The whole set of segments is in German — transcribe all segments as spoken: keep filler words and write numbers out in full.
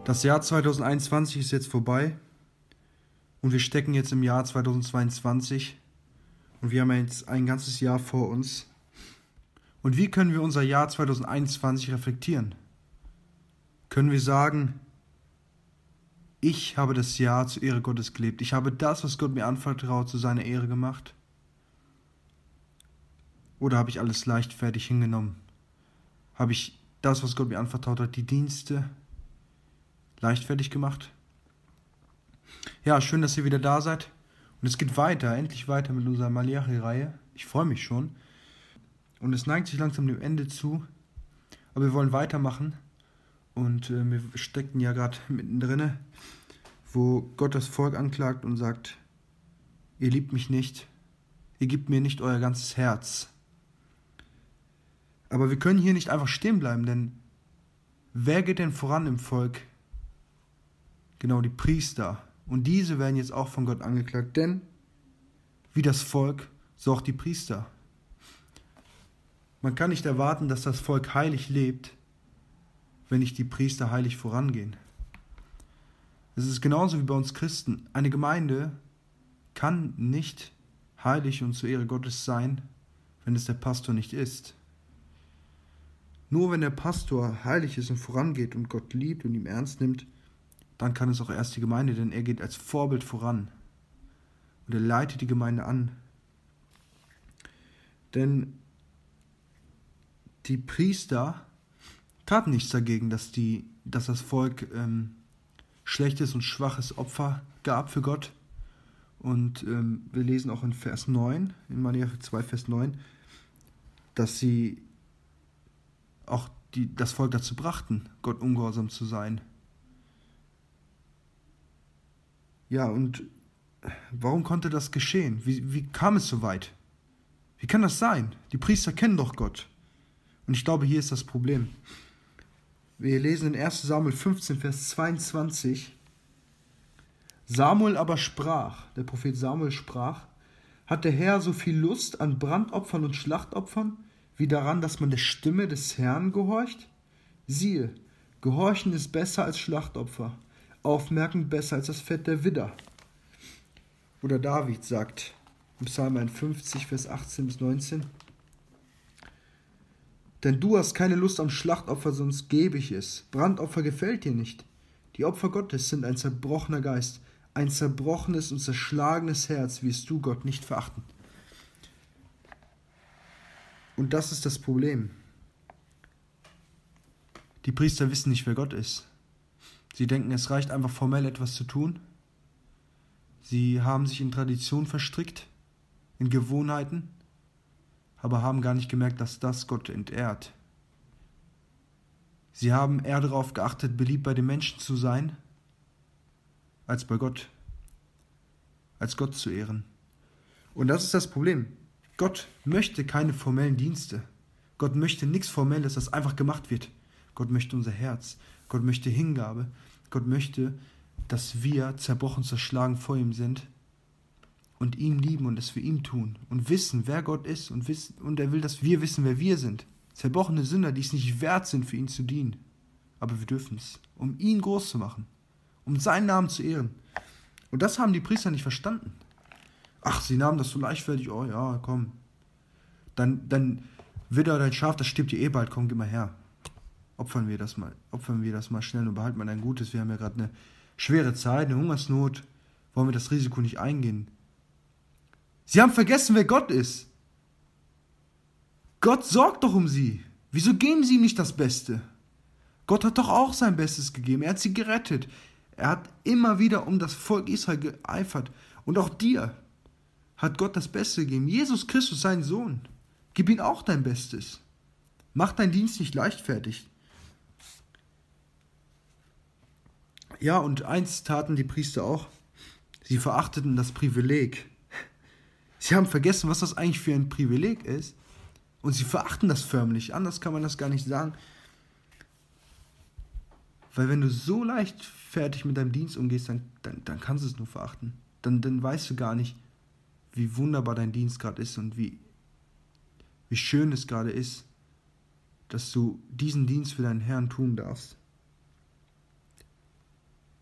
Das Jahr zweitausendeinundzwanzig ist jetzt vorbei und wir stecken jetzt im Jahr zweitausendzweiundzwanzig und wir haben jetzt ein ganzes Jahr vor uns. Und wie können wir unser Jahr zweitausendeinundzwanzig reflektieren? Können wir sagen, ich habe das Jahr zur Ehre Gottes gelebt. Ich habe das, was Gott mir anvertraut, zu seiner Ehre gemacht? Oder habe ich alles leichtfertig hingenommen? Habe ich das, was Gott mir anvertraut hat, die Dienste leichtfertig gemacht? Ja, schön, dass ihr wieder da seid. Und es geht weiter, endlich weiter mit unserer Malachi-Reihe. Ich freue mich schon. Und es neigt sich langsam dem Ende zu. Aber wir wollen weitermachen. Und äh, wir steckten ja gerade mittendrin, wo Gott das Volk anklagt und sagt, ihr liebt mich nicht, ihr gebt mir nicht euer ganzes Herz. Aber wir können hier nicht einfach stehen bleiben, denn wer geht denn voran im Volk? Genau, die Priester. Und diese werden jetzt auch von Gott angeklagt, denn wie das Volk, so auch die Priester. Man kann nicht erwarten, dass das Volk heilig lebt, wenn nicht die Priester heilig vorangehen. Es ist genauso wie bei uns Christen. Eine Gemeinde kann nicht heilig und zur Ehre Gottes sein, wenn es der Pastor nicht ist. Nur wenn der Pastor heilig ist und vorangeht und Gott liebt und ihm ernst nimmt, dann kann es auch erst die Gemeinde, denn er geht als Vorbild voran und er leitet die Gemeinde an. Denn die Priester taten nichts dagegen, dass, die, dass das Volk ähm, schlechtes und schwaches Opfer gab für Gott. Und ähm, wir lesen auch in Vers neun, in Malachi zwei, Vers neun, dass sie auch die, das Volk dazu brachten, Gott ungehorsam zu sein. Ja, und warum konnte das geschehen? Wie, wie kam es so weit? Wie kann das sein? Die Priester kennen doch Gott. Und ich glaube, hier ist das Problem. Wir lesen in erster Samuel fünfzehn, Vers zweiundzwanzig. Samuel aber sprach, der Prophet Samuel sprach, hat der Herr so viel Lust an Brandopfern und Schlachtopfern, wie daran, dass man der Stimme des Herrn gehorcht? Siehe, Gehorchen ist besser als Schlachtopfer, Aufmerken besser als das Fett der Widder. Oder David sagt im Psalm einundfünfzig, Vers achtzehn bis neunzehn, denn du hast keine Lust am Schlachtopfer, sonst gebe ich es. Brandopfer gefällt dir nicht. Die Opfer Gottes sind ein zerbrochener Geist, ein zerbrochenes und zerschlagenes Herz wirst du Gott nicht verachten. Und das ist das Problem. Die Priester wissen nicht, wer Gott ist. Sie denken, es reicht einfach formell etwas zu tun. Sie haben sich in Tradition verstrickt, in Gewohnheiten, aber haben gar nicht gemerkt, dass das Gott entehrt. Sie haben eher darauf geachtet, beliebt bei den Menschen zu sein, als bei Gott, als Gott zu ehren. Und das ist das Problem. Gott möchte keine formellen Dienste. Gott möchte nichts Formelles, das einfach gemacht wird. Gott möchte unser Herz. Gott möchte Hingabe. Gott möchte, dass wir zerbrochen, zerschlagen vor ihm sind und ihn lieben und es für ihn tun und wissen, wer Gott ist und, wissen, und er will, dass wir wissen, wer wir sind. Zerbrochene Sünder, die es nicht wert sind, für ihn zu dienen. Aber wir dürfen es, um ihn groß zu machen, um seinen Namen zu ehren. Und das haben die Priester nicht verstanden. Ach, sie nahmen das so leichtfertig, oh ja, komm. Dann, dann Widder, dein Schaf, das stirbt dir eh bald, komm, geh mal her. Opfern wir das mal, opfern wir das mal schnell und behalten mal dein Gutes. Wir haben ja gerade eine schwere Zeit, eine Hungersnot, wollen wir das Risiko nicht eingehen. Sie haben vergessen, wer Gott ist. Gott sorgt doch um sie. Wieso geben sie ihm nicht das Beste? Gott hat doch auch sein Bestes gegeben. Er hat sie gerettet. Er hat immer wieder um das Volk Israel geeifert. Und auch dir hat Gott das Beste gegeben. Jesus Christus, sein Sohn. Gib ihm auch dein Bestes. Mach deinen Dienst nicht leichtfertig. Ja, und eins taten die Priester auch. Sie verachteten das Privileg. Sie haben vergessen, was das eigentlich für ein Privileg ist. Und sie verachten das förmlich. Anders kann man das gar nicht sagen. Weil wenn du so leichtfertig mit deinem Dienst umgehst, dann, dann, dann kannst du es nur verachten. Dann, dann weißt du gar nicht, wie wunderbar dein Dienst gerade ist und wie, wie schön es gerade ist, dass du diesen Dienst für deinen Herrn tun darfst.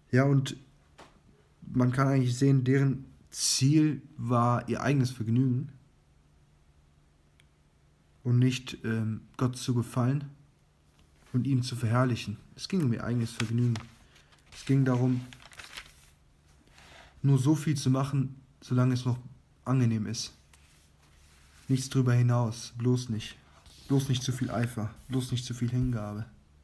Ja, und man kann eigentlich sehen, deren Ziel war ihr eigenes Vergnügen und nicht ähm, Gott zu gefallen und ihn zu verherrlichen. Es ging um ihr eigenes Vergnügen. Es ging darum, nur so viel zu machen, solange es noch angenehm ist. Nichts drüber hinaus, bloß nicht. Bloß nicht zu viel Eifer, bloß nicht zu viel Hingabe.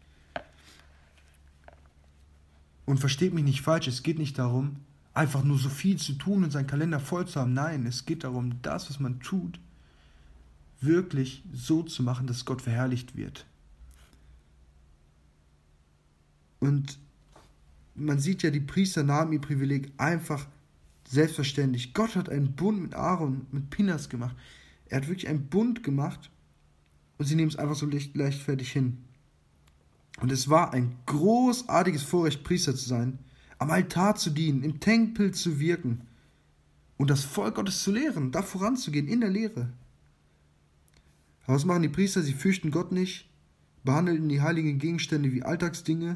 Und versteht mich nicht falsch, es geht nicht darum, einfach nur so viel zu tun und seinen Kalender voll zu haben. Nein, es geht darum, das, was man tut, wirklich so zu machen, dass Gott verherrlicht wird. Und man sieht ja, die Priester nahmen ihr Privileg einfach selbstverständlich. Gott hat einen Bund mit Aaron, mit Pinhas gemacht. Er hat wirklich einen Bund gemacht und sie nehmen es einfach so leicht, leichtfertig hin. Und es war ein großartiges Vorrecht, Priester zu sein, am Altar zu dienen, im Tempel zu wirken und das Volk Gottes zu lehren, da voranzugehen in der Lehre. Aber was machen die Priester? Sie fürchten Gott nicht, behandelten die heiligen Gegenstände wie Alltagsdinge,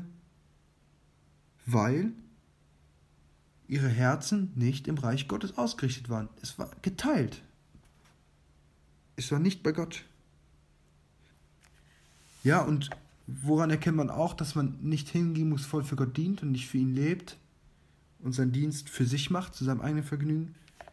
weil ihre Herzen nicht im Reich Gottes ausgerichtet waren. Es war geteilt. Es war nicht bei Gott. Ja, und woran erkennt man auch, dass man nicht hingebungsvoll für Gott dient und nicht für ihn lebt und seinen Dienst für sich macht, zu seinem eigenen Vergnügen?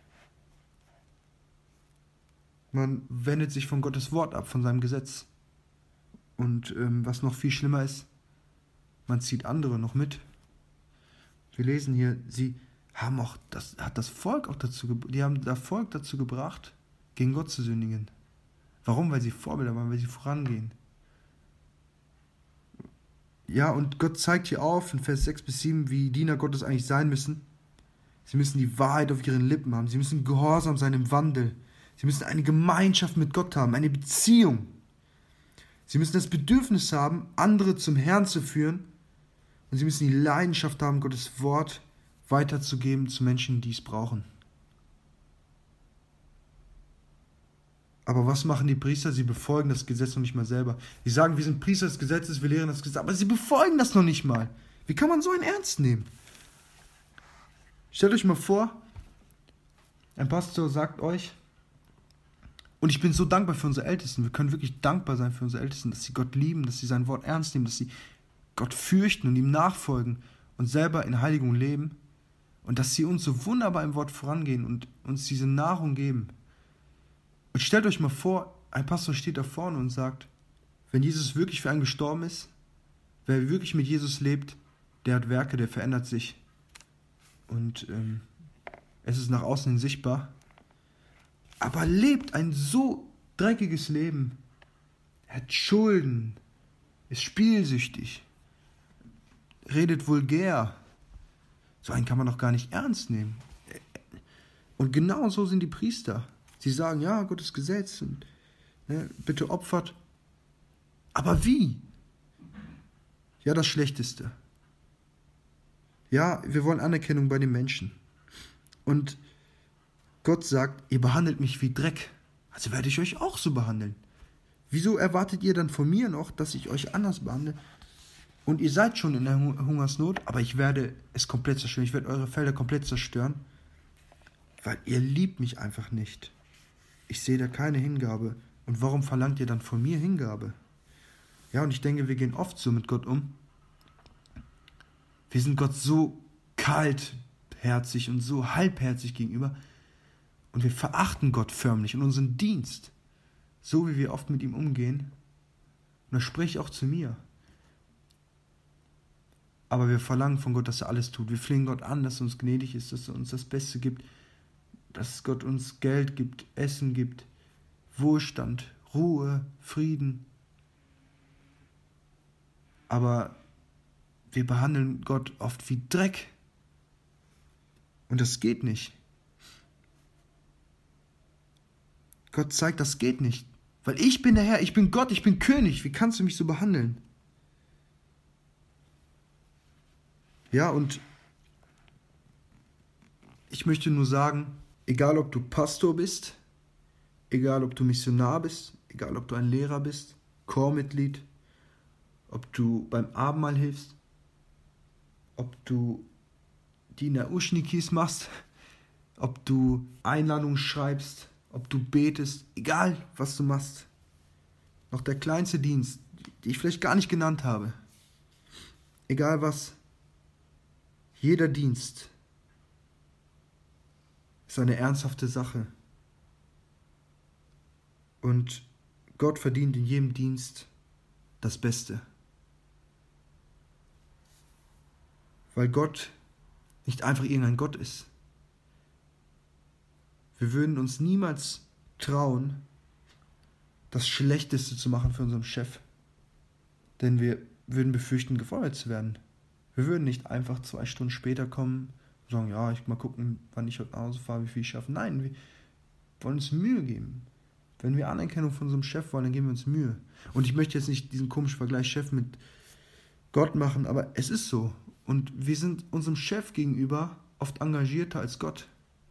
Man wendet sich von Gottes Wort ab, von seinem Gesetz. Und ähm, was noch viel schlimmer ist, man zieht andere noch mit. Wir lesen hier, sie haben auch, das hat das Volk auch dazu, die haben das Volk dazu gebracht, gegen Gott zu sündigen. Warum? Weil sie Vorbilder waren, weil sie vorangehen. Ja, und Gott zeigt hier auf in Vers sechs bis sieben, wie Diener Gottes eigentlich sein müssen. Sie müssen die Wahrheit auf ihren Lippen haben. Sie müssen gehorsam sein im Wandel. Sie müssen eine Gemeinschaft mit Gott haben, eine Beziehung. Sie müssen das Bedürfnis haben, andere zum Herrn zu führen. Und sie müssen die Leidenschaft haben, Gottes Wort weiterzugeben zu Menschen, die es brauchen. Aber was machen die Priester? Sie befolgen das Gesetz noch nicht mal selber. Sie sagen, wir sind Priester des Gesetzes, wir lehren das Gesetz, aber sie befolgen das noch nicht mal. Wie kann man so einen ernst nehmen? Stellt euch mal vor, ein Pastor sagt euch, und ich bin so dankbar für unsere Ältesten, wir können wirklich dankbar sein für unsere Ältesten, dass sie Gott lieben, dass sie sein Wort ernst nehmen, dass sie Gott fürchten und ihm nachfolgen und selber in Heiligung leben und dass sie uns so wunderbar im Wort vorangehen und uns diese Nahrung geben. Und stellt euch mal vor, ein Pastor steht da vorne und sagt, wenn Jesus wirklich für einen gestorben ist, wer wirklich mit Jesus lebt, der hat Werke, der verändert sich. Und ähm, es ist nach außen hin sichtbar. Aber lebt ein so dreckiges Leben. Er hat Schulden, ist spielsüchtig, redet vulgär. So einen kann man doch gar nicht ernst nehmen. Und genau so sind die Priester. Sie sagen, ja, Gottes Gesetz, und, ne, bitte opfert. Aber wie? Ja, das Schlechteste. Ja, wir wollen Anerkennung bei den Menschen. Und Gott sagt, ihr behandelt mich wie Dreck. Also werde ich euch auch so behandeln. Wieso erwartet ihr dann von mir noch, dass ich euch anders behandle? Und ihr seid schon in der Hungersnot, aber ich werde es komplett zerstören. Ich werde eure Felder komplett zerstören, weil ihr liebt mich einfach nicht. Ich sehe da keine Hingabe. Und warum verlangt ihr dann von mir Hingabe? Ja, und ich denke, wir gehen oft so mit Gott um. Wir sind Gott so kaltherzig und so halbherzig gegenüber. Und wir verachten Gott förmlich und unseren Dienst. So wie wir oft mit ihm umgehen. Und das spricht auch zu mir. Aber wir verlangen von Gott, dass er alles tut. Wir flehen Gott an, dass er uns gnädig ist, dass er uns das Beste gibt. Dass Gott uns Geld gibt, Essen gibt, Wohlstand, Ruhe, Frieden. Aber wir behandeln Gott oft wie Dreck. Und das geht nicht. Gott zeigt, das geht nicht. Weil ich bin der Herr, ich bin Gott, ich bin König. Wie kannst du mich so behandeln? Ja, und ich möchte nur sagen, egal ob du Pastor bist, egal ob du Missionar bist, egal ob du ein Lehrer bist, Chormitglied, ob du beim Abendmahl hilfst, ob du die in der Uschnikis machst, ob du Einladungen schreibst, ob du betest, egal was du machst. Noch der kleinste Dienst, den ich vielleicht gar nicht genannt habe. Egal was. Jeder Dienst ist eine ernsthafte Sache. Und Gott verdient in jedem Dienst das Beste. Weil Gott nicht einfach irgendein Gott ist. Wir würden uns niemals trauen, das Schlechteste zu machen für unseren Chef. Denn wir würden befürchten, gefeuert zu werden. Wir würden nicht einfach zwei Stunden später kommen und sagen, ja, ich mal gucken, wann ich heute nach Hause fahre, wie viel ich schaffe. Nein, wir wollen uns Mühe geben. Wenn wir Anerkennung von unserem Chef wollen, dann geben wir uns Mühe. Und ich möchte jetzt nicht diesen komischen Vergleich Chef mit Gott machen, aber es ist so. Und wir sind unserem Chef gegenüber oft engagierter als Gott.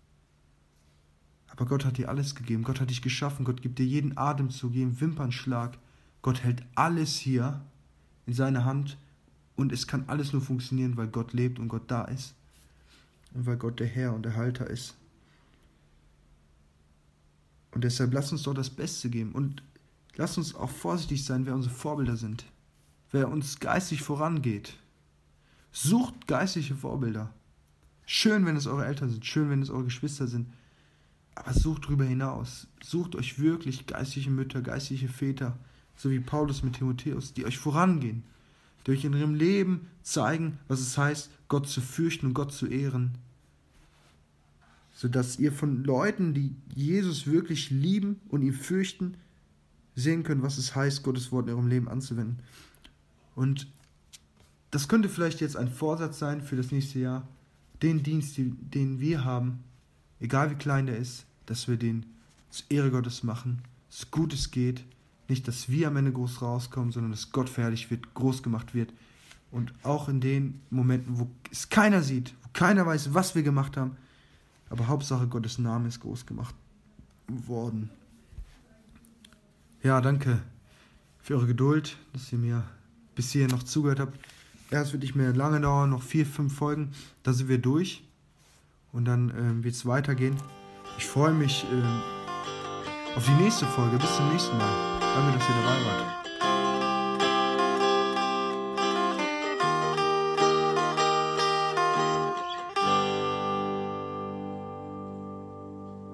Aber Gott hat dir alles gegeben. Gott hat dich geschaffen. Gott gibt dir jeden Atemzug, jeden Wimpernschlag. Gott hält alles hier in seiner Hand. Und es kann alles nur funktionieren, weil Gott lebt und Gott da ist. Und weil Gott der Herr und der Halter ist. Und deshalb lass uns doch das Beste geben. Und lass uns auch vorsichtig sein, wer unsere Vorbilder sind. Wer uns geistig vorangeht. Sucht geistliche Vorbilder. Schön, wenn es eure Eltern sind. Schön, wenn es eure Geschwister sind. Aber sucht darüber hinaus. Sucht euch wirklich geistliche Mütter, geistliche Väter, so wie Paulus mit Timotheus, die euch vorangehen, die euch in ihrem Leben zeigen, was es heißt, Gott zu fürchten und Gott zu ehren. Sodass ihr von Leuten, die Jesus wirklich lieben und ihn fürchten, sehen könnt, was es heißt, Gottes Wort in eurem Leben anzuwenden. Und das könnte vielleicht jetzt ein Vorsatz sein für das nächste Jahr, den Dienst, den wir haben, egal wie klein der ist, dass wir den zur Ehre Gottes machen, so gut es geht. Nicht, dass wir am Ende groß rauskommen, sondern dass Gott verherrlicht wird, groß gemacht wird. Und auch in den Momenten, wo es keiner sieht, wo keiner weiß, was wir gemacht haben, aber Hauptsache Gottes Name ist groß gemacht worden. Ja, danke für eure Geduld, dass ihr mir bis hierhin noch zugehört habt. Ja, es wird nicht mehr lange dauern, noch vier, fünf Folgen, da sind wir durch. Und dann ähm, wird es weitergehen. Ich freue mich ähm, auf die nächste Folge. Bis zum nächsten Mal. Danke, dass ihr dabei wart.